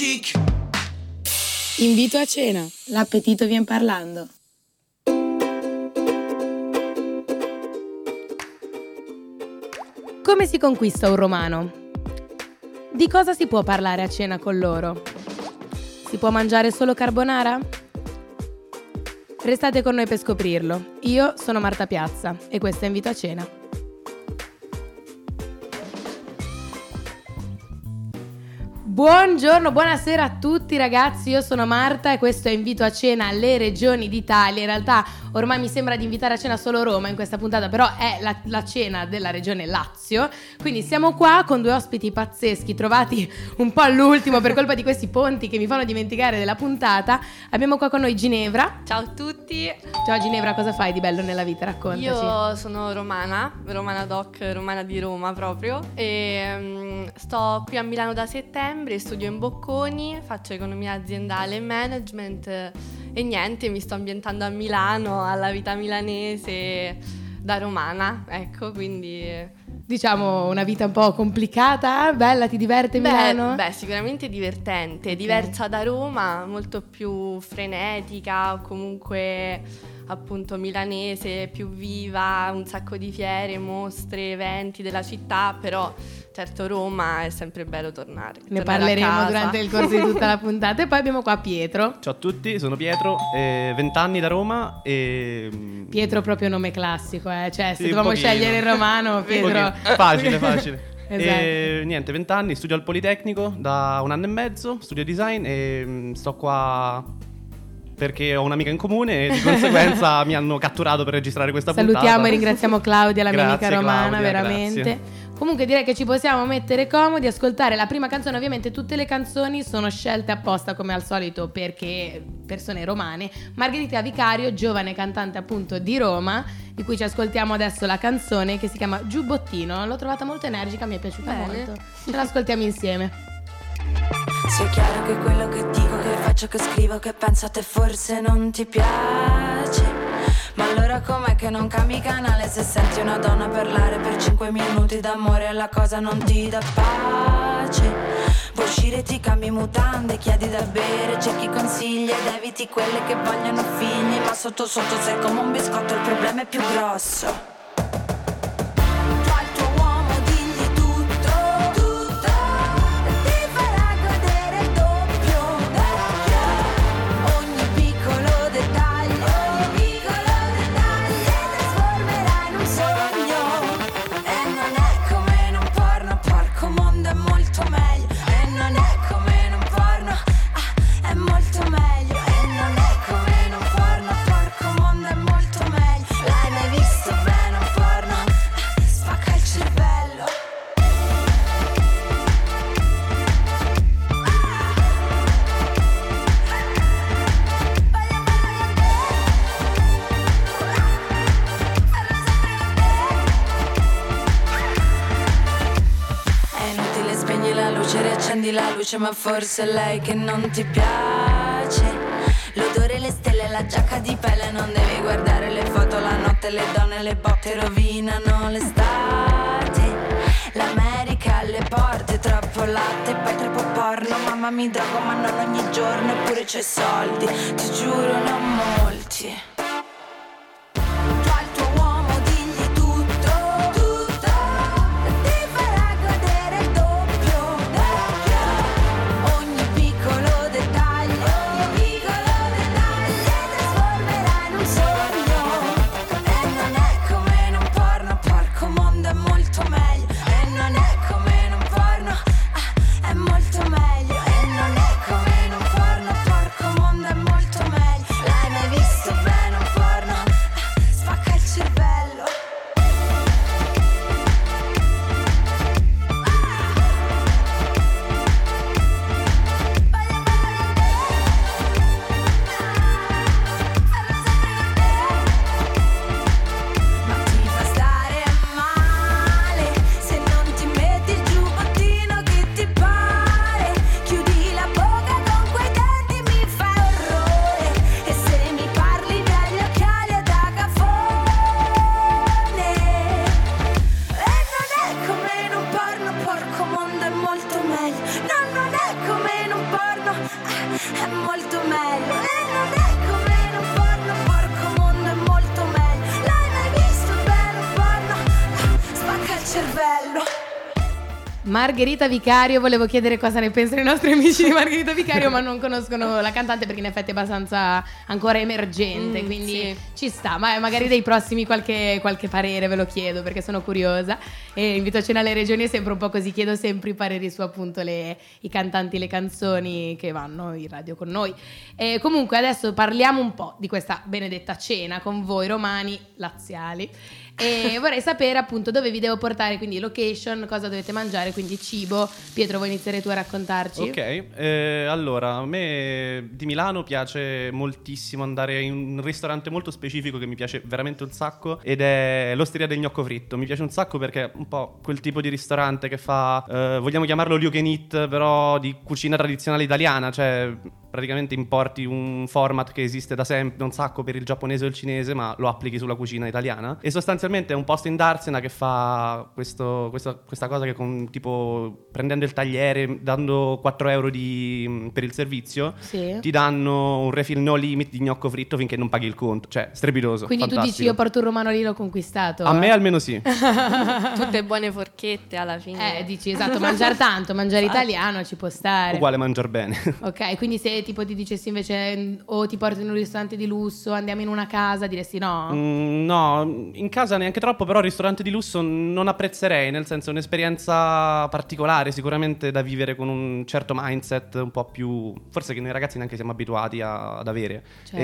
week. Invito a cena, l'appetito vien parlando. Come si conquista un romano? Di cosa si può parlare a cena con loro? Si può mangiare solo carbonara? Restate con noi per scoprirlo. Io sono Marta Piazza e questo è Invito a cena. Buongiorno, buonasera a tutti ragazzi, io sono Marta e questo è Invito a cena alle regioni d'Italia. In realtà ormai mi sembra di invitare a cena solo Roma in questa puntata, però è la cena della regione Lazio. Quindi siamo qua con due ospiti pazzeschi trovati un po' all'ultimo per colpa di questi ponti che mi fanno dimenticare della puntata. Abbiamo qua con noi Ginevra. Ciao a tutti. Ciao Ginevra, cosa fai di bello nella vita? Raccontaci. Io sono romana doc, romana di Roma proprio, e sto qui a Milano da settembre, studio in Bocconi, faccio economia aziendale e management e niente, mi sto ambientando a Milano, alla vita milanese da romana, ecco, quindi... Diciamo una vita un po' complicata, bella, ti diverte Milano? Beh, sicuramente divertente, diversa da Roma, molto più frenetica, o comunque appunto milanese, più viva, un sacco di fiere, mostre, eventi della città, però certo Roma è sempre bello tornare. Ne parleremo durante il corso di tutta la puntata. E poi abbiamo qua Pietro. Ciao a tutti, sono Pietro, 20 anni da Roma e... Pietro proprio nome classico, cioè se sì, dovevamo scegliere il romano, Pietro... Facile. Esatto. E niente, 20 anni, studio al Politecnico da un anno e mezzo, studio design e sto qua perché ho un'amica in comune e di conseguenza mi hanno catturato per registrare questa puntata. Salutiamo e ringraziamo Claudia, la mia Grazie, amica romana, Claudia, veramente. grazie. Comunque direi che ci possiamo mettere comodi, ascoltare la prima canzone. Ovviamente tutte le canzoni sono scelte apposta come al solito perché persone romane. Margherita Vicario, giovane cantante appunto di Roma, di cui ci ascoltiamo adesso la canzone che si chiama Giubbottino. L'ho trovata molto energica, mi è piaciuta molto. Ce l'ascoltiamo insieme. Se è chiaro che quello che dico, che faccio, che scrivo, che penso a te forse non ti piace, ma allora com'è che non cambi canale se senti una donna parlare per 5 minuti d'amore e la cosa non ti dà pace? Vuoi uscire, ti cambi mutande, chiedi da bere, cerchi consigli ed eviti quelle che vogliono figli, ma sotto sotto sei come un biscotto, il problema è più grosso. La luce, ma forse è lei che non ti piace. L'odore, le stelle, la giacca di pelle. Non devi guardare le foto, la notte, le donne, le botte rovinano l'estate. L'America alle porte, troppo latte, poi troppo porno. Mamma mi drogo ma non ogni giorno, eppure c'ho i soldi, ti giuro non molti. L'hai mai visto bene? giuro. Margherita Vicario, volevo chiedere cosa ne pensano i nostri amici di Margherita Vicario, ma non conoscono la cantante perché in effetti è abbastanza ancora emergente, quindi sì. ci sta, ma magari dei prossimi qualche parere ve lo chiedo perché sono curiosa. E Invito a Cena alle Regioni è sempre un po' così, chiedo sempre i pareri su appunto i cantanti, le canzoni che vanno in radio con noi. E comunque adesso parliamo un po' di questa benedetta cena con voi romani laziali. E vorrei sapere appunto dove vi devo portare, quindi location, cosa dovete mangiare, quindi cibo. Pietro, vuoi iniziare tu a raccontarci? Ok, allora a me di Milano piace moltissimo andare in un ristorante molto specifico che mi piace veramente un sacco, ed è l'Osteria del Gnocco Fritto. Mi piace un sacco perché è un po' quel tipo di ristorante che fa, vogliamo chiamarlo all you can eat, però di cucina tradizionale italiana, cioè praticamente importi un format che esiste da sempre, un sacco per il giapponese o il cinese, ma lo applichi sulla cucina italiana. E sostanzialmente è un posto in Darsena che fa questa cosa che tipo prendendo il tagliere, dando 4 euro per il servizio, Sì. ti danno un refill no limit di gnocco fritto finché non paghi il conto. Cioè, strepitoso. Quindi tu fantastico. dici io porto un romano lì, l'ho conquistato. A me almeno sì. Tutte buone forchette alla fine. Dici esatto, mangiare tanto, mangiare italiano ci può stare. Uguale mangiar bene. Ok, quindi se tipo ti dicessi invece o ti porto in un ristorante di lusso, andiamo in una casa, diresti no? No, in casa neanche troppo, però ristorante di lusso non apprezzerei, nel senso è un'esperienza particolare, sicuramente da vivere con un certo mindset un po' più, forse che noi ragazzi neanche siamo abituati ad avere.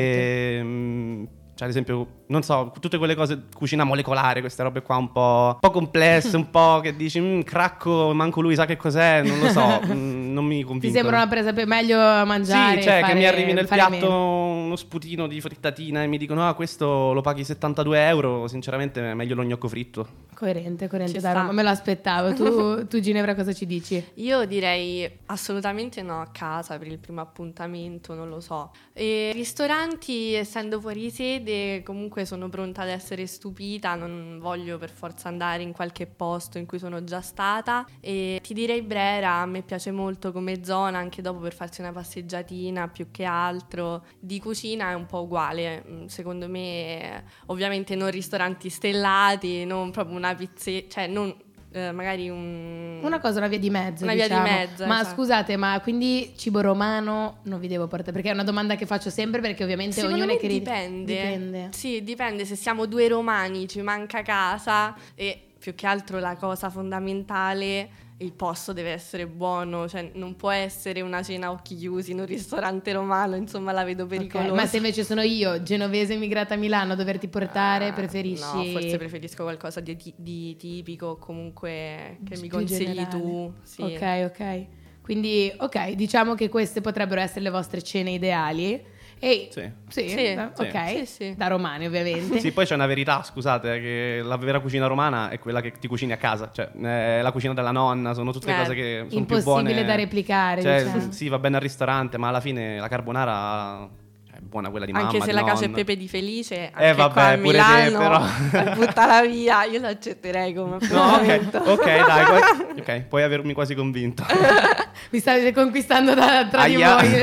Certo. Cioè, ad esempio, non so, tutte quelle cose, cucina molecolare, queste robe qua un po' complesse, un po' che dici, cracco, manco lui sa che cos'è, non lo so, non mi convincono. Ti sembra una presa per meglio mangiare? Sì, cioè fare, che mi arrivi nel fare piatto meno. uno sputino di frittatina e mi dicono, questo lo paghi 72 euro, sinceramente è meglio lo gnocco fritto. Coerente, Ci dai, sta. ma me lo aspettavo. Tu Ginevra cosa ci dici? Io direi assolutamente no a casa per il primo appuntamento, non lo so. E ristoranti, essendo fuori sede, comunque sono pronta ad essere stupita, non voglio per forza andare in qualche posto in cui sono già stata. E ti direi Brera, a me piace molto come zona, anche dopo per farsi una passeggiatina più che altro. Di cucina è un po' uguale, secondo me, ovviamente non ristoranti stellati, non proprio una pizzeria, cioè non magari una cosa, una via di mezzo, una diciamo. via di mezzo, Ma esatto. scusate, ma quindi cibo romano non vi devo portare? Perché è una domanda che faccio sempre, perché ovviamente Secondo ognuno me è dipende. Sì, dipende. Se siamo due romani, ci manca casa, e più che altro la cosa fondamentale, il posto deve essere buono, cioè non può essere una cena a occhi chiusi in un ristorante romano, insomma la vedo pericolosa. Ma se invece sono io, genovese immigrata a Milano, a doverti portare, preferisci? No, forse preferisco qualcosa di tipico, comunque che mi più consigli generale. tu. Sì. Ok. Quindi, diciamo che queste potrebbero essere le vostre cene ideali. E Sì. ok, Sì, sì. da romani ovviamente. Sì, poi c'è una verità, scusate, che la vera cucina romana è quella che ti cucini a casa, cioè è la cucina della nonna, sono tutte cose che sono più buone. Impossibile da replicare, Cioè, diciamo. sì, va bene al ristorante, ma alla fine la carbonara è buona quella di mamma, Anche se di la cacio e nonna. pepe di Felice, anche vabbè, qua a pure te, Milano, però. buttala via, io l'accetterei come No, appuntamento. ok, dai, ok, puoi avermi quasi convinto. Mi state conquistando tra di Aia. voi,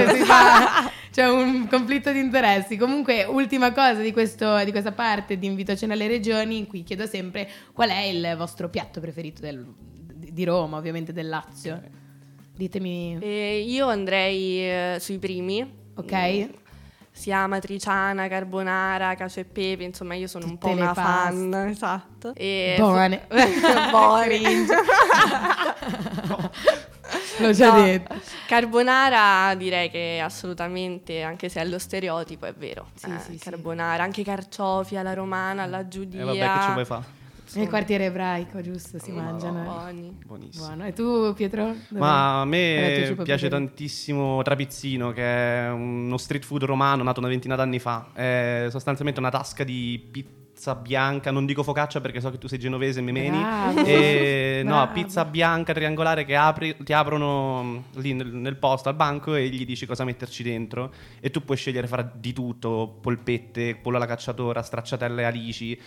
c'è un conflitto di interessi. Comunque, ultima cosa di questa parte di Invito a Cena alle Regioni, in cui chiedo sempre qual è il vostro piatto preferito di Roma, ovviamente del Lazio. Ditemi, Io andrei sui primi. ok? Sia amatriciana, carbonara, cacio e pepe, insomma io sono un po' Tutte le una paste. fan, esatto. E Buone. Buone. L'ho già No, detto. Carbonara direi che assolutamente, anche se è lo stereotipo, è vero. Sì. Carbonara, anche carciofi alla romana, alla giudia. Vabbè, che ci vuoi fare? Nel quartiere ebraico, giusto, si mangiano. Buoni. Buonissimo. Buono. E tu, Pietro? Dov'è? Ma a Qual è il tuo me cibo piace preferito? tantissimo Trapizzino, che è uno street food romano nato una ventina d'anni fa. È sostanzialmente una tasca di pizza bianca, non dico focaccia perché so che tu sei genovese e me meni. Bravo. No, Bravo. pizza bianca triangolare che ti aprono lì nel posto al banco e gli dici cosa metterci dentro e tu puoi scegliere fra di tutto, polpette, pollo alla cacciatora, stracciatelle alici.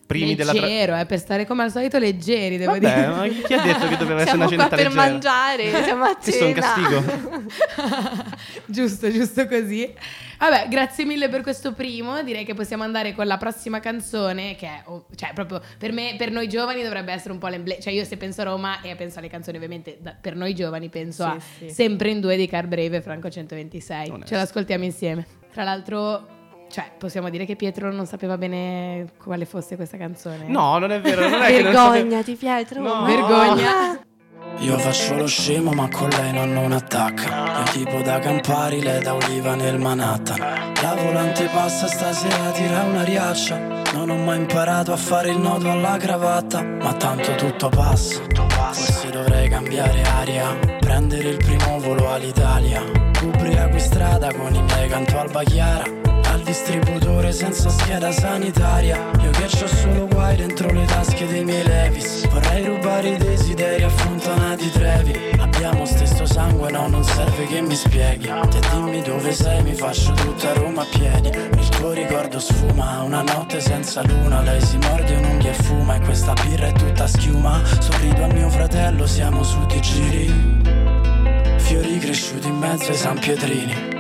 primi della Leggero, per stare come al solito leggeri, devo Vabbè, dire. ma chi ha detto che doveva essere Siamo una cenetta qua per leggera? mangiare, siamo a Questo è un cena. castigo. Giusto così. Vabbè, grazie mille per questo primo. Direi che possiamo andare con la prossima canzone, che è, cioè, proprio per me, per noi giovani dovrebbe essere un po' l'emblema. Cioè, io se penso a Roma e penso alle canzoni, ovviamente per noi giovani penso a Sì. Sempre in due di Car Brave e Franco 126. Onesto. Ce l'ascoltiamo insieme. Tra l'altro, cioè, possiamo dire che Pietro non sapeva bene quale fosse questa canzone. No, non è vero, non è che non sapevo- Vergognati, Pietro. No. Vergogna. Io faccio lo scemo ma con lei non attacca. Io tipo da Campari, lei da Oliva nel Manhattan. La volante passa stasera, tira una riaccia. Non ho mai imparato a fare il nodo alla cravatta, ma tanto tutto passa. Forse dovrei cambiare aria, prendere il primo volo all'Italia. Ubriaco strada con i miei canto Alba Chiara. Al distributore senza scheda sanitaria. Io che c'ho solo guai dentro le tasche dei miei Levis. Vorrei rubare i desideri a Fontana di Trevi. Abbiamo stesso sangue, no, non serve che mi spieghi. Te dimmi dove sei, mi faccio tutta Roma a piedi. Il tuo ricordo sfuma, una notte senza luna. Lei si morde un'unghia e fuma, e questa birra è tutta schiuma. Sorrido a mio fratello, siamo su di giri. Fiori cresciuti in mezzo ai San Pietrini.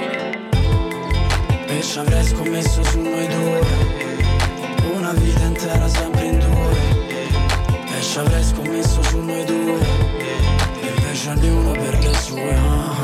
E ci avrei scommesso su noi due, una vita intera sempre in due. E ci avrei scommesso su noi due, invece ognuno per le sue.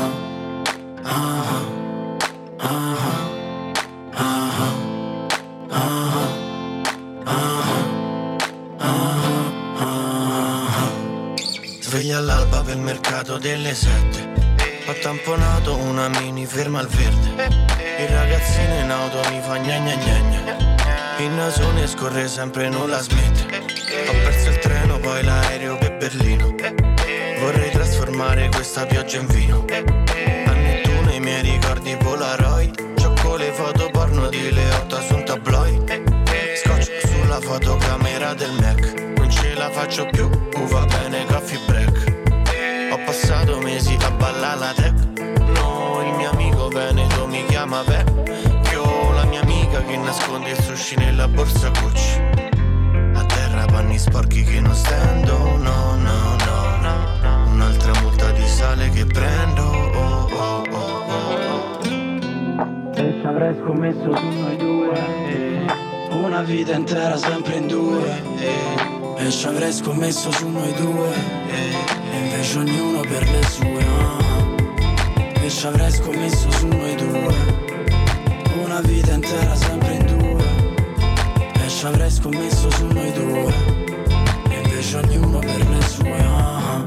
Sveglia all'alba per il mercato delle 7. Ho tamponato una mini ferma al verde. Il ragazzino in auto mi fa gna gna gna gna. Il nasone scorre sempre, non la smette. Ho perso il treno, poi l'aereo per Berlino. Vorrei trasformare questa pioggia in vino. A Nettuno i miei ricordi Polaroid. Gioco le foto porno di Leotta su un tabloid. Scotch sulla fotocamera del Mac. Non ce la faccio più, va bene coffee break. Ho passato mesi a ballare la tech. No, il mio amico Veneto mi chiama vecchio. La mia amica che nasconde il sushi nella borsa Gucci. A terra panni sporchi che non stendo. No, no, no, no. Un'altra multa di sale che prendo. Oh, oh, oh, oh. E ci avrei scommesso su noi due, una vita intera sempre in due. E ci avrei scommesso su noi due, invece ognuno per le sue. E ci avrei scommesso su noi due, una vita intera sempre in due. E ci avrei scommesso su noi due, invece ognuno per le sue.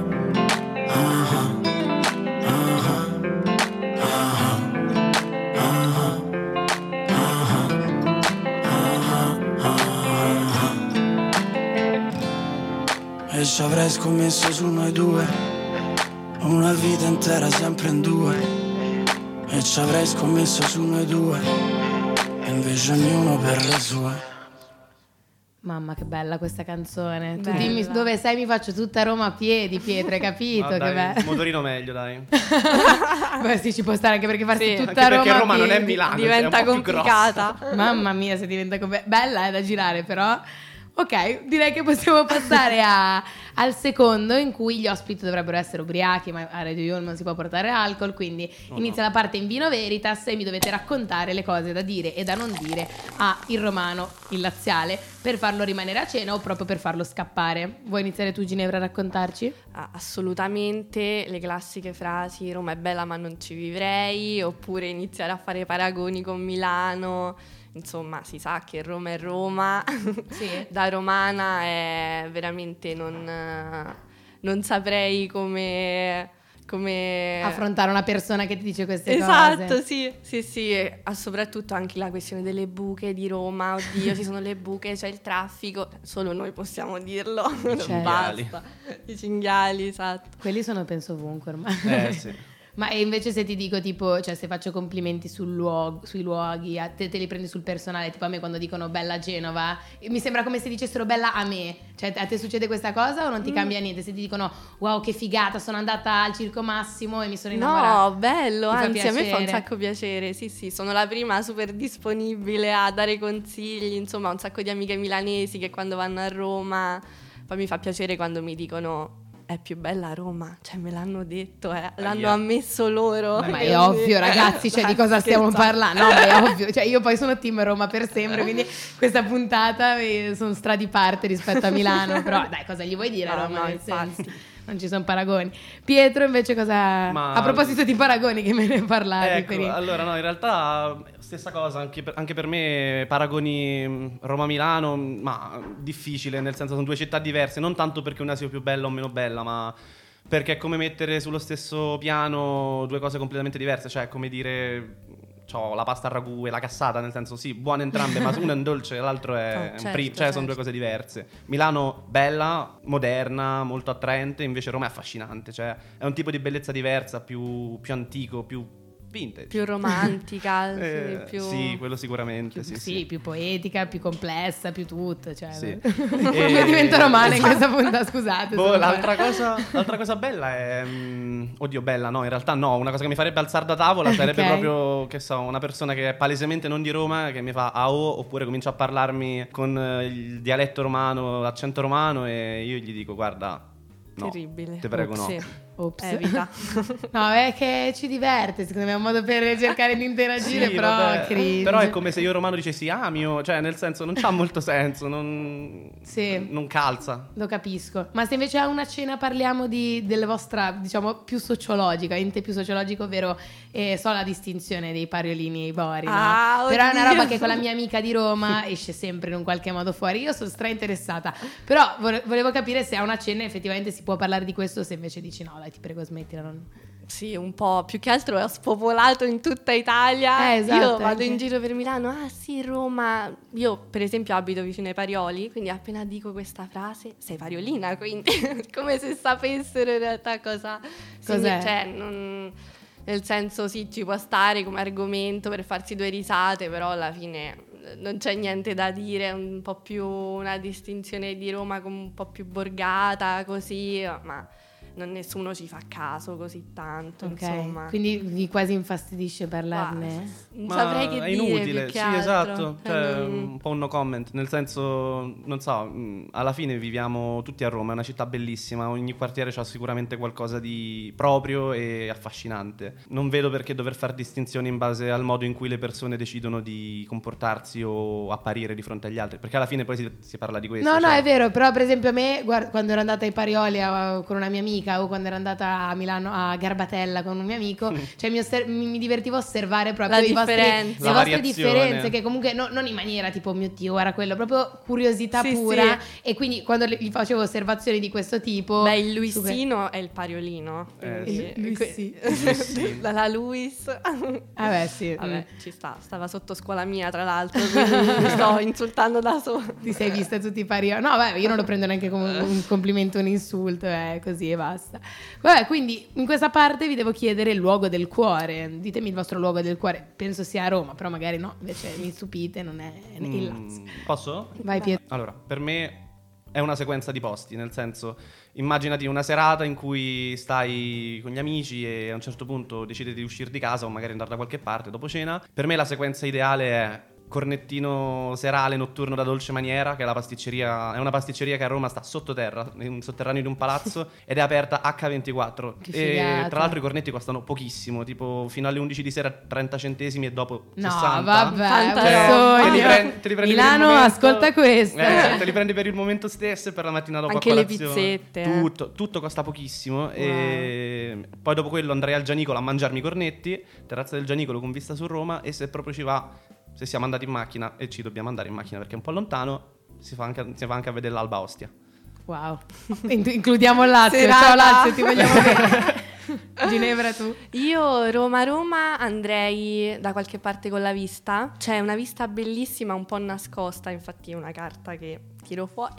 E ci avrei scommesso su noi due, una vita intera sempre in due. E ci avrei scommesso su noi due, invece ognuno per le sue. Mamma che bella questa canzone. Tu Bella. dimmi dove sei, mi faccio tutta Roma a piedi, Pietro, hai capito? Ah, che dai, bello. un motorino meglio, dai. Beh sì, ci può stare anche perché farsi Sì, tutta Anche perché Roma a Roma non è piedi. Milano, Diventa è un po' più complicata. Mamma mia, se diventa bella da girare però. Ok, direi che possiamo passare al secondo, in cui gli ospiti dovrebbero essere ubriachi, ma a Radio Yulm non si può portare alcol, quindi inizia la parte in vino veritas e mi dovete raccontare le cose da dire e da non dire a il romano, il laziale, per farlo rimanere a cena o proprio per farlo scappare. Vuoi iniziare tu, Ginevra, a raccontarci? Assolutamente le classiche frasi Roma è bella ma non ci vivrei, oppure iniziare a fare paragoni con Milano. Insomma, si sa che Roma è Roma. Sì. Da romana è veramente non saprei come Affrontare una persona che ti dice queste esatto, cose. sì, e soprattutto anche la questione delle buche di Roma. Oddio, ci sono le buche, c'è il traffico. Solo noi possiamo dirlo. Certo. Basta. I cinghiali, esatto. Quelli sono penso ovunque ormai. Sì. Ma e invece se ti dico tipo, cioè se faccio complimenti sui luoghi, a te li prendi sul personale, tipo a me quando dicono bella Genova, mi sembra come se dicessero bella a me, cioè a te succede questa cosa o non ti cambia niente? Se ti dicono wow che figata, sono andata al Circo Massimo e mi sono innamorata. No, bello, Ti fa anzi a me fa un piacere? sacco piacere, sì, sono la prima super disponibile a dare consigli, insomma un sacco di amiche milanesi che quando vanno a Roma, poi mi fa piacere quando mi dicono è più bella a Roma, cioè me l'hanno detto, l'hanno ammesso loro. Ma è ovvio ragazzi, cioè di cosa stiamo parlando? No, ma è ovvio, cioè io poi sono team Roma per sempre, quindi questa puntata sono stra di parte rispetto a Milano, però dai, cosa gli vuoi dire a Roma? No, nel infatti. senso, non ci sono paragoni. Pietro invece cosa... Ma- A proposito di paragoni che me ne parlavi Ecco, prima. allora no, in realtà stessa cosa, anche per me paragoni Roma-Milano, ma difficile, nel senso sono due città diverse, non tanto perché una sia più bella o meno bella, ma perché è come mettere sullo stesso piano due cose completamente diverse, cioè è come dire c'ho la pasta al ragù e la cassata, nel senso sì, buone entrambe, ma uno è un dolce e l'altro è un cioè sono due cose diverse. Milano bella, moderna, molto attraente, invece Roma è affascinante, cioè è un tipo di bellezza diversa, più antico, più vintage. Più romantica, più... Sì, quello sicuramente, sì. Più poetica, più complessa, più tutto, cioè Sì. io divento romana in questa puntata, scusate. L'altra cosa bella è oddio, bella no, in realtà no, una cosa che mi farebbe alzare da tavola sarebbe proprio, che so, una persona che è palesemente non di Roma, che mi fa "ao", oppure comincia a parlarmi con il dialetto romano, l'accento romano, e io gli dico "guarda, no, terribile, te prego, no". Sì. Ops. Evita. No, è che ci diverte, secondo me è un modo per cercare di interagire, Sì, però vabbè. cringe. Però è come se io romano dicessi "amio", cioè nel senso non c'ha molto senso, non calza. Lo capisco. Ma se invece a una cena parliamo della vostra, diciamo, più sociologica, ente più sociologico, ovvero so la distinzione dei pariolini e i bori, no? Però è una roba che con la mia amica di Roma esce sempre in un qualche modo fuori. Io sono stra interessata, però volevo capire se a una cena effettivamente si può parlare di questo, se invece dici no, dai, ti prego smettila, non... Sì, un po', più che altro è spopolato in tutta Italia. Esatto, io vado anche. in giro per Milano, ah sì, Roma. Io per esempio abito vicino ai Parioli, quindi appena dico questa frase, sei pariolina, quindi come se sapessero in realtà cosa Cos'è? cioè, nel senso sì, ci può stare come argomento per farsi due risate, però alla fine non c'è niente da dire, è un po' più una distinzione di Roma come un po' più borgata, così, ma nessuno ci fa caso così tanto, Ok, insomma. quindi vi quasi infastidisce parlarne? Non Ma saprei che è dire, inutile, più che sì, altro. esatto, cioè, un po' un no comment, nel senso, non so, alla fine viviamo tutti a Roma, è una città bellissima, ogni quartiere ha sicuramente qualcosa di proprio e affascinante. Non vedo perché dover fare distinzioni in base al modo in cui le persone decidono di comportarsi o apparire di fronte agli altri, perché alla fine poi si parla di questo. No, cioè. è vero, però per esempio a me, quando ero andata ai Parioli con una mia amica, o quando ero andata a Milano a Garbatella con un mio amico, cioè mi divertivo a osservare proprio La le differenza. vostre variazione. differenze, che comunque non in maniera tipo mio Dio era quello, proprio curiosità Sì, pura, sì. E quindi quando gli facevo osservazioni di questo tipo, Beh, il Luisino è il Pariolino. Il Luisino. La Luis. vabbè sì, Vabbè, ci sta. Stava sotto scuola mia, tra l'altro, quindi mi sto insultando da sola. ti sei vista tutti i Parioli. No, vabbè, io non lo prendo neanche come un complimento, un insulto, così e basta. Vabbè, quindi in questa parte vi devo chiedere il luogo del cuore. Ditemi il vostro luogo del cuore. Penso sia a Roma, però magari no, invece mi stupite, non è il Lazio. Posso? Vai Pietro. Allora, per me è una sequenza di posti, nel senso, immaginati una serata in cui stai con gli amici e a un certo punto decidi di uscire di casa o magari andare da qualche parte dopo cena. Per me la sequenza ideale è cornettino serale notturno da Dolce Maniera, che è è una pasticceria che a Roma sta sottoterra, in un sotterraneo di un palazzo, ed è aperta H24. Che E figata. tra l'altro i cornetti costano pochissimo, tipo fino alle 11 di sera 30 centesimi e dopo No, 60. vabbè, Tanta un roba. sogno. Te li prendi Milano, per il momento, ascolta questa. te li prendi per il momento stesso e per la mattina dopo Anche a le colazione. pizzette, Tutto costa pochissimo. E poi dopo quello andrei al Gianicolo a mangiarmi i cornetti, terrazza del Gianicolo con vista su Roma, e se proprio ci va, se siamo andati in macchina, e ci dobbiamo andare in macchina perché è un po' lontano, si va anche a vedere l'Alba Ostia. Wow. Includiamo il Lazio. Serata. Ciao Lazio, ti vogliamo bene. Ginevra, tu? Io Roma andrei da qualche parte con la vista. C'è una vista bellissima un po' nascosta, infatti è una carta che tiro fuori.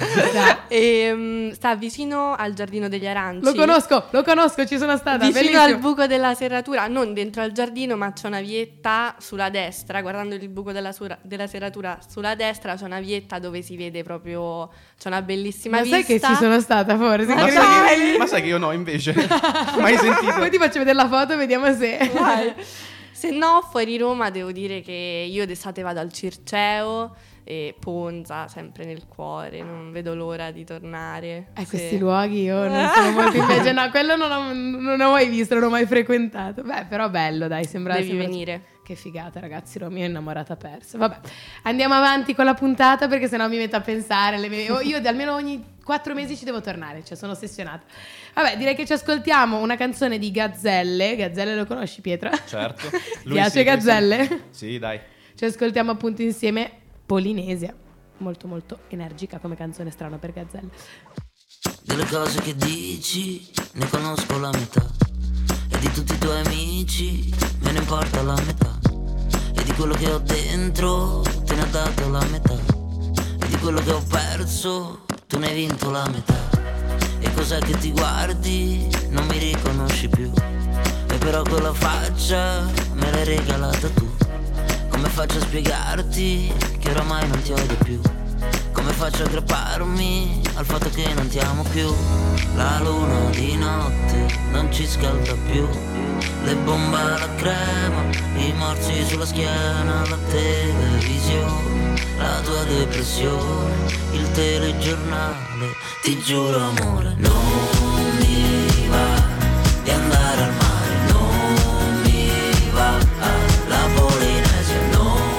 Sta vicino al Giardino degli Aranci. Lo conosco, ci sono stata. Vicino bellissimo. al buco della serratura, non dentro al giardino, ma c'è una vietta sulla destra, guardando il buco della serratura sulla destra c'è una vietta dove si vede proprio, c'è una bellissima Ma vista. sai che ci sono stata forse? Ma sai che io no, invece. Mai sentito. Poi ti faccio vedere la foto e vediamo se... Vai. Se no, fuori Roma devo dire che io d'estate vado al Circeo e Ponza, sempre nel cuore, non vedo l'ora di tornare. Questi luoghi io non sono molto invece, no, quello non ho mai visto, non ho mai frequentato. Beh, però bello, dai, sembra venire. Che figata, ragazzi, Roma, io innamorata persa. Vabbè, andiamo avanti con la puntata perché sennò mi metto a pensare. Io almeno ogni 4 mesi ci devo tornare, cioè sono ossessionata. Vabbè, direi che ci ascoltiamo una canzone di Gazzelle. Gazzelle lo conosci, Pietro? Certo. Piace Gazzelle? Sì, dai. Ci ascoltiamo appunto insieme Polinesia. Molto molto energica come canzone, strano per Gazzelle. Delle cose che dici ne conosco la metà, e di tutti i tuoi amici me ne importa la metà, e di quello che ho dentro te ne ho dato la metà, e di quello che ho perso tu ne hai vinto la metà. E cos'è che ti guardi, non mi riconosci più, e però quella faccia me l'hai regalata tu. Come faccio a spiegarti che oramai non ti odio più? Come faccio a aggrapparmi al fatto che non ti amo più? La luna di notte non ci scalda più, le bombe alla crema, i morsi sulla schiena, la televisione, la tua depressione, il telegiornale. Ti giuro amore, non mi va di andare al mare, non mi va alla Polinesia, non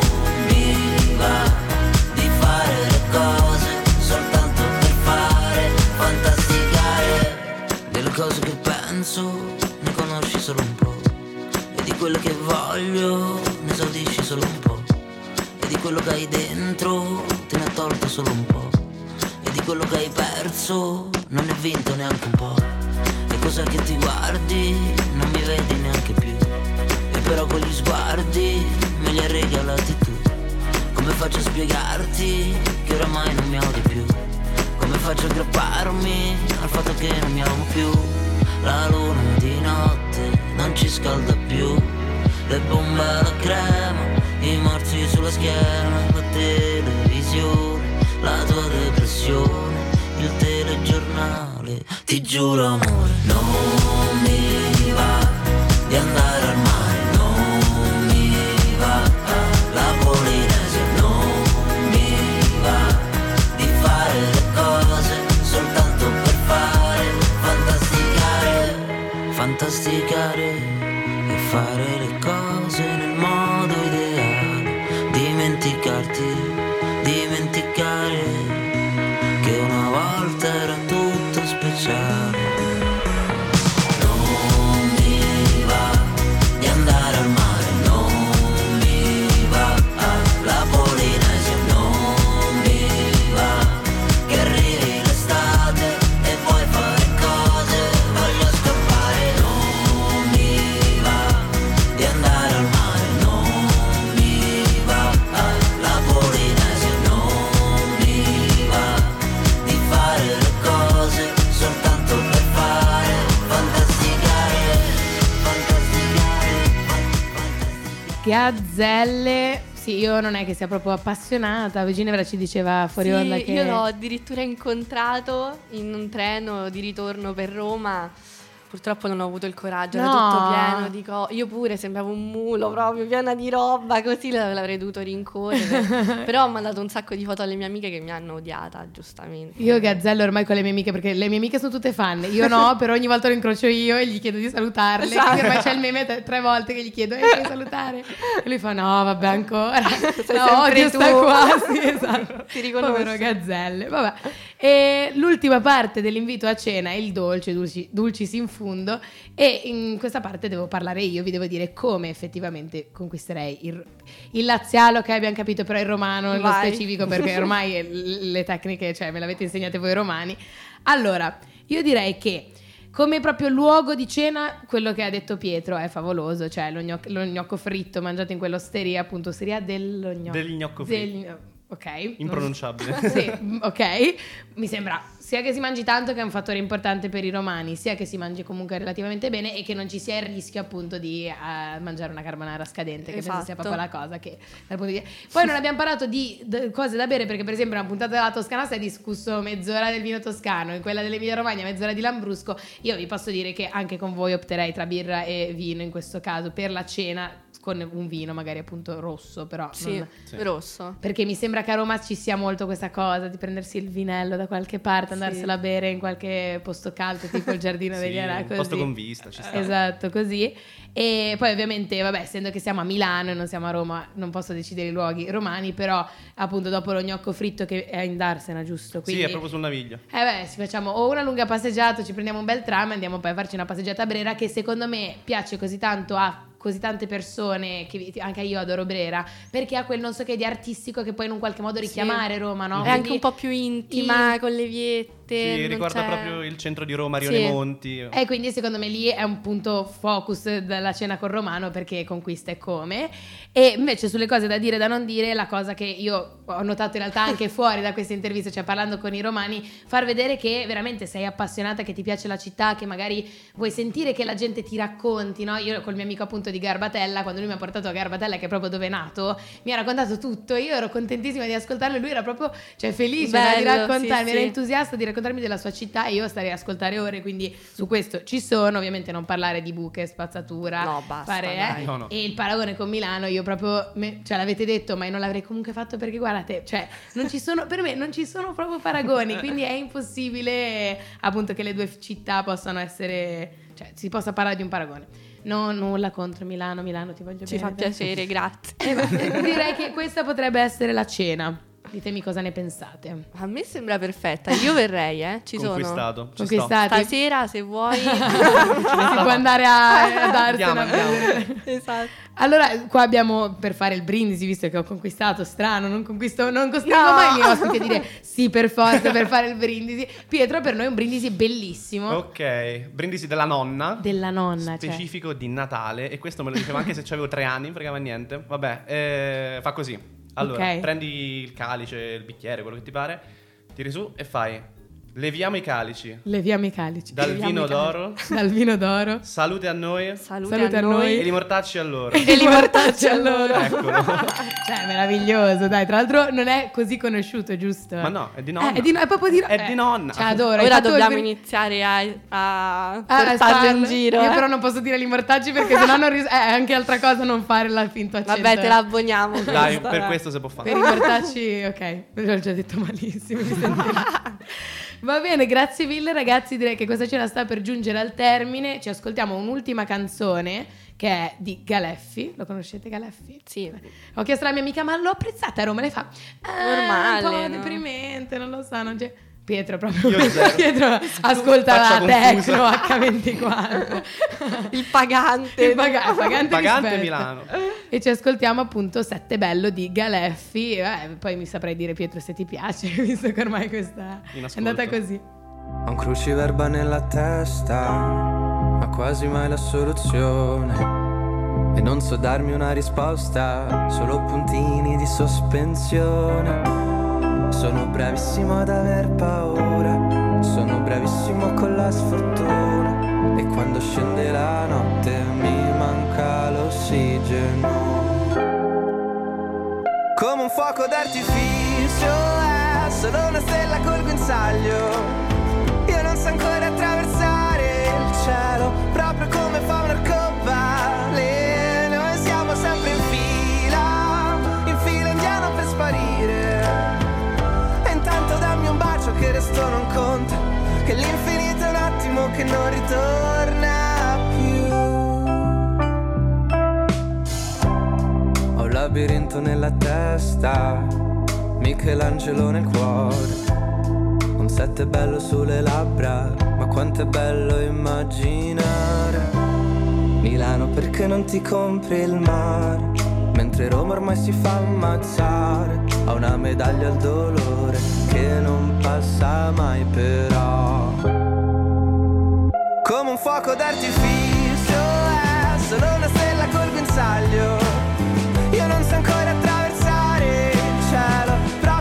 mi va di fare le cose soltanto per fare, fantasticare. Delle cose che penso ne conosci solo un po', e di quelle che voglio ne esaudisci solo un po', e di quello che hai dentro te ne ho tolto solo un po', e di quello che hai perso non ne hai vinto neanche un po'. E cos'è che ti guardi, non mi vedi neanche più, e però quegli sguardi me li hai regalati tu. Come faccio a spiegarti che oramai non mi odi più? Come faccio a aggrapparmi al fatto che non mi amo più? La luna di notte non ci scalda più, le bombe alla crema, i morsi sulla schiena, la televisione, la tua depressione, il telegiornale. Ti giuro amore, non mi va di andare al mare, non mi va alla Polinesia, non mi va di fare le cose soltanto per fare, fantasticare e fare le cose nel modo ideale, dimenticare che una volta era tutto speciale. Non mi va di andare al mare, non mi va alla Polinesia, non mi va che arrivi l'estate e puoi fare cose, voglio scappare. Non mi va di andare al mare, non mi va alla Polinesia, non mi va di fare le cose soltanto per fare, fantasticare. Gazzelle. Sì, io non è che sia proprio appassionata. Ginevra ci diceva fuori onda che... Io l'ho addirittura incontrato in un treno di ritorno per Roma. Purtroppo non ho avuto il coraggio, era tutto pieno di cose. Io pure sembravo un mulo proprio, piena di roba, così l'avrei dovuto rincorrere. Però ho mandato un sacco di foto alle mie amiche che mi hanno odiata, giustamente. Io Gazzelle ormai con le mie amiche, perché le mie amiche sono tutte fan, io no, però ogni volta lo incrocio io e gli chiedo di salutarle. Esatto. Quindi ormai c'è il meme 3 volte che gli chiedo puoi salutare? E lui fa no, vabbè ancora. Sei No, sempre odio tu. sta qua, sì, esatto. Ti riconosco. Povero Gazzelle. Vabbè. E l'ultima parte dell'invito a cena è il dolce, dulcis in fundo, e in questa parte devo parlare io, vi devo dire come effettivamente conquisterei il laziale, ok, abbiamo capito, però il romano nello Vai. specifico, perché ormai le tecniche, cioè me le avete insegnate voi romani. Allora, io direi che come proprio luogo di cena, quello che ha detto Pietro è favoloso, cioè lo gnocco fritto mangiato in quell'osteria, appunto, osteria dello gnocco. Del gnocco fritto. ok. Impronunciabile. Sì, ok. Mi sembra sia che si mangi tanto, che è un fattore importante per i romani, sia che si mangi comunque relativamente bene e che non ci sia il rischio appunto di mangiare una carbonara scadente, che penso sia proprio la cosa che dal punto di... Poi non abbiamo parlato di cose da bere, perché per esempio una puntata della Toscana si è discusso mezz'ora del vino toscano, in quella dell'Emilia Romagna mezz'ora di Lambrusco. Io vi posso dire che anche con voi opterei tra birra e vino in questo caso per la cena, con un vino magari appunto rosso, però sì. Rosso, perché mi sembra che a Roma ci sia molto questa cosa di prendersi il vinello da qualche parte, andarselo a bere in qualche posto caldo, tipo il giardino degli Ara, così. Posto con vista, ci sta. Esatto, così. E poi ovviamente, vabbè, essendo che siamo a Milano e non siamo a Roma, non posso decidere i luoghi romani, però appunto dopo lo gnocco fritto, che è in Darsena, giusto? Quindi, sì, è proprio sul Naviglio. Ci facciamo o una lunga passeggiata, ci prendiamo un bel tram e andiamo poi a farci una passeggiata a Brera, che secondo me piace così tanto a così tante persone, che anche io adoro Brera, perché ha quel non so che di artistico che puoi in un qualche modo richiamare Roma, no? È anche un po' più intima, con le viette. Sì, ricorda proprio il centro di Roma, Rione Monti. E quindi secondo me lì è un punto focus della cena con Romano, perché conquista e come. E invece sulle cose da dire e da non dire, la cosa che io ho notato in realtà anche fuori da queste interviste, cioè parlando con i romani, far vedere che veramente sei appassionata, che ti piace la città, che magari vuoi sentire che la gente ti racconti, no? Io col mio amico appunto di Garbatella, quando lui mi ha portato a Garbatella, che è proprio dove è nato, mi ha raccontato tutto, io ero contentissima di ascoltarlo e lui era proprio, cioè, felice di raccontarmi, era entusiasta di raccontarmi della sua città, e io starei a ascoltare ore, quindi su questo ci sono, ovviamente non parlare di buche, spazzatura, no, basta, no. E il paragone con Milano, io proprio, cioè l'avete detto, ma io non l'avrei comunque fatto, perché guardate, cioè non ci sono, per me non ci sono proprio paragoni, quindi è impossibile appunto che le due città possano essere, cioè si possa parlare di un paragone. No, nulla contro Milano, ti voglio bene. Ci fa piacere, grazie. Direi che questa potrebbe essere la cena. Ditemi cosa ne pensate. A me sembra perfetta, io verrei, ci Conquistato, sono. Conquistati. Stasera, se vuoi. Si può andare a Darsena. Esatto. Allora, qua abbiamo, per fare il brindisi, visto che ho conquistato, strano, non costringo mai i miei ospiti a dire sì per forza per fare il brindisi. Pietro, per noi è un brindisi bellissimo. Ok, brindisi della nonna. Della nonna, specifico di Natale, e questo me lo diceva anche se avevo 3 anni, non fregava niente. Vabbè, fa così. Allora, prendi il calice, il bicchiere, quello che ti pare, tiri su e fai: leviamo i calici. Dal vino d'oro. Salute a noi. Salute a noi. E li mortacci a loro. Eccolo. Cioè, meraviglioso, dai. Tra l'altro non è così conosciuto, giusto? Ma no, è di nonna. È proprio di È di nonna. Cioè, adoro. Ora dobbiamo iniziare a portarlo in giro. Io però non posso dire li mortacci, perché sennò è anche altra cosa non fare la finta accento. Vabbè, te la abboniamo. Dai, per questo si può fare. Per i mortacci, ok. L'ho già detto malissimo, mi sentirò. Va bene, grazie mille ragazzi, direi che questa cena sta per giungere al termine. Ci ascoltiamo un'ultima canzone che è di Galeffi. Lo conoscete Galeffi? Sì. Ho chiesto alla mia amica, ma l'ho apprezzata a Roma, lei fa normale, un po' no? Deprimente, non lo so, non c'è... Pietro proprio Pietro ascolta la techno H24. il pagante rispetto. Milano. E ci ascoltiamo appunto Sette Bello di Galeffi. Poi mi saprai dire, Pietro, se ti piace, visto che ormai questa è andata così. Ho un cruciverba nella testa, ma quasi mai la soluzione, e non so darmi una risposta, solo puntini di sospensione. Sono bravissimo ad aver paura, sono bravissimo con la sfortuna, e quando scende la notte mi manca l'ossigeno. Come un fuoco d'artificio, è solo una stella col guinzaglio. Io non so ancora attraversare il cielo, proprio come fa un arcobaleno. Noi siamo sempre in fila indiano per sparire. Dammi un bacio che resto non conta, che l'infinito è un attimo che non ritorna più. Ho un labirinto nella testa, Michelangelo nel cuore, un sette bello sulle labbra, ma quanto è bello immaginare Milano, perché non ti compri il mare, mentre Roma ormai si fa ammazzare. Ha una medaglia al dolore che non passa mai però. Come un fuoco d'artificio, è solo una stella col guinzaglio. Io non so ancora attraversare il cielo,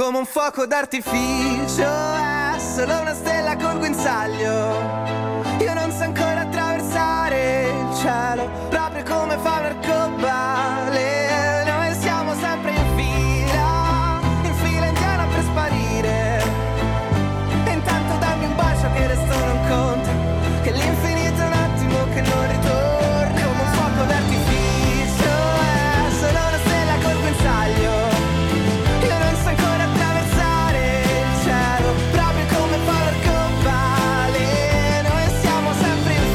come un fuoco d'artificio, è solo una stella col guinzaglio. Io non so ancora attraversare il cielo, proprio come fa un arcobaleno. Noi siamo sempre in fila indiana per sparire. E intanto dammi un bacio che resto non conta, che l'infinito è un attimo che non ritorna. Come un fuoco d'artificio, è solo una stella col guinzaglio. Io non so ancora attraversare il cielo, proprio come fa un arcobaleno. E siamo sempre in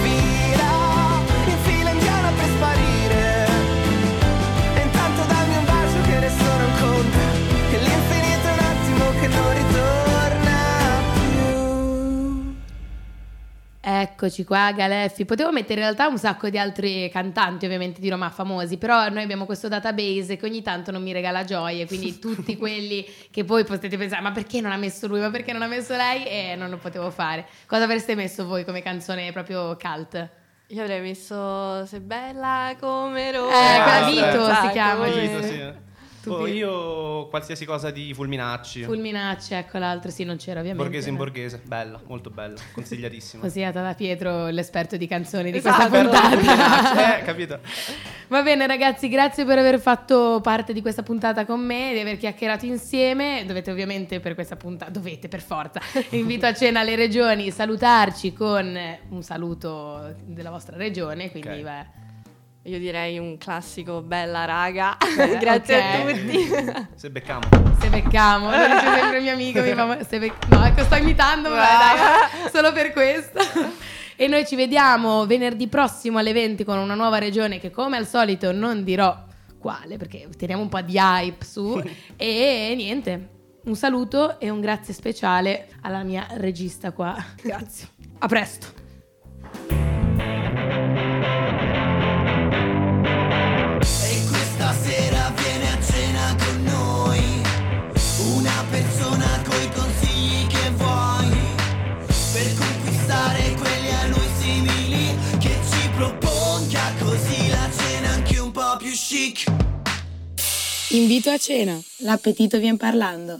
fila indiana per sparire. E intanto dammi un bacio che resto non conta, che l'infinito è un attimo che non ritorna più. Eccoci qua, Galeffi. Potevo mettere in realtà un sacco di altri cantanti, ovviamente di Roma famosi, però noi abbiamo questo database che ogni tanto non mi regala gioie, quindi tutti quelli che poi potete pensare ma perché non ha messo lui, ma perché non ha messo lei, e non lo potevo fare. Cosa avreste messo voi come canzone proprio cult? Io avrei messo Sei bella come Roma. Vito si chiama. Vito, sì. Tu, Io qualsiasi cosa di Fulminacci. Fulminacci, ecco l'altro, sì, non c'era ovviamente. Borghese in borghese, bella, molto bella, consigliatissimo. Consigliata da Pietro, l'esperto di canzoni di Esatto. questa puntata. Capito? Va bene ragazzi, grazie per aver fatto parte di questa puntata con me, di aver chiacchierato insieme. Dovete ovviamente per questa puntata, dovete per forza, invito a cena alle regioni, salutarci con un saluto della vostra regione, quindi Ok. beh. Io direi un classico bella raga. Grazie a ok. tutti. Se beccamo. Se beccamo, lo dice sempre il mio amico, no, ecco, sto imitando, ma dai, solo per questo. E noi ci vediamo venerdì prossimo alle 20 con una nuova regione che come al solito non dirò quale, perché teniamo un po' di hype su. E niente, un saluto e un grazie speciale alla mia regista qua. Grazie. A presto. E questa sera viene a cena con noi una persona coi consigli che vuoi per conquistare quelli a lui simili, che ci proponga così la cena anche un po' più chic. Invito a cena, l'appetito vien parlando.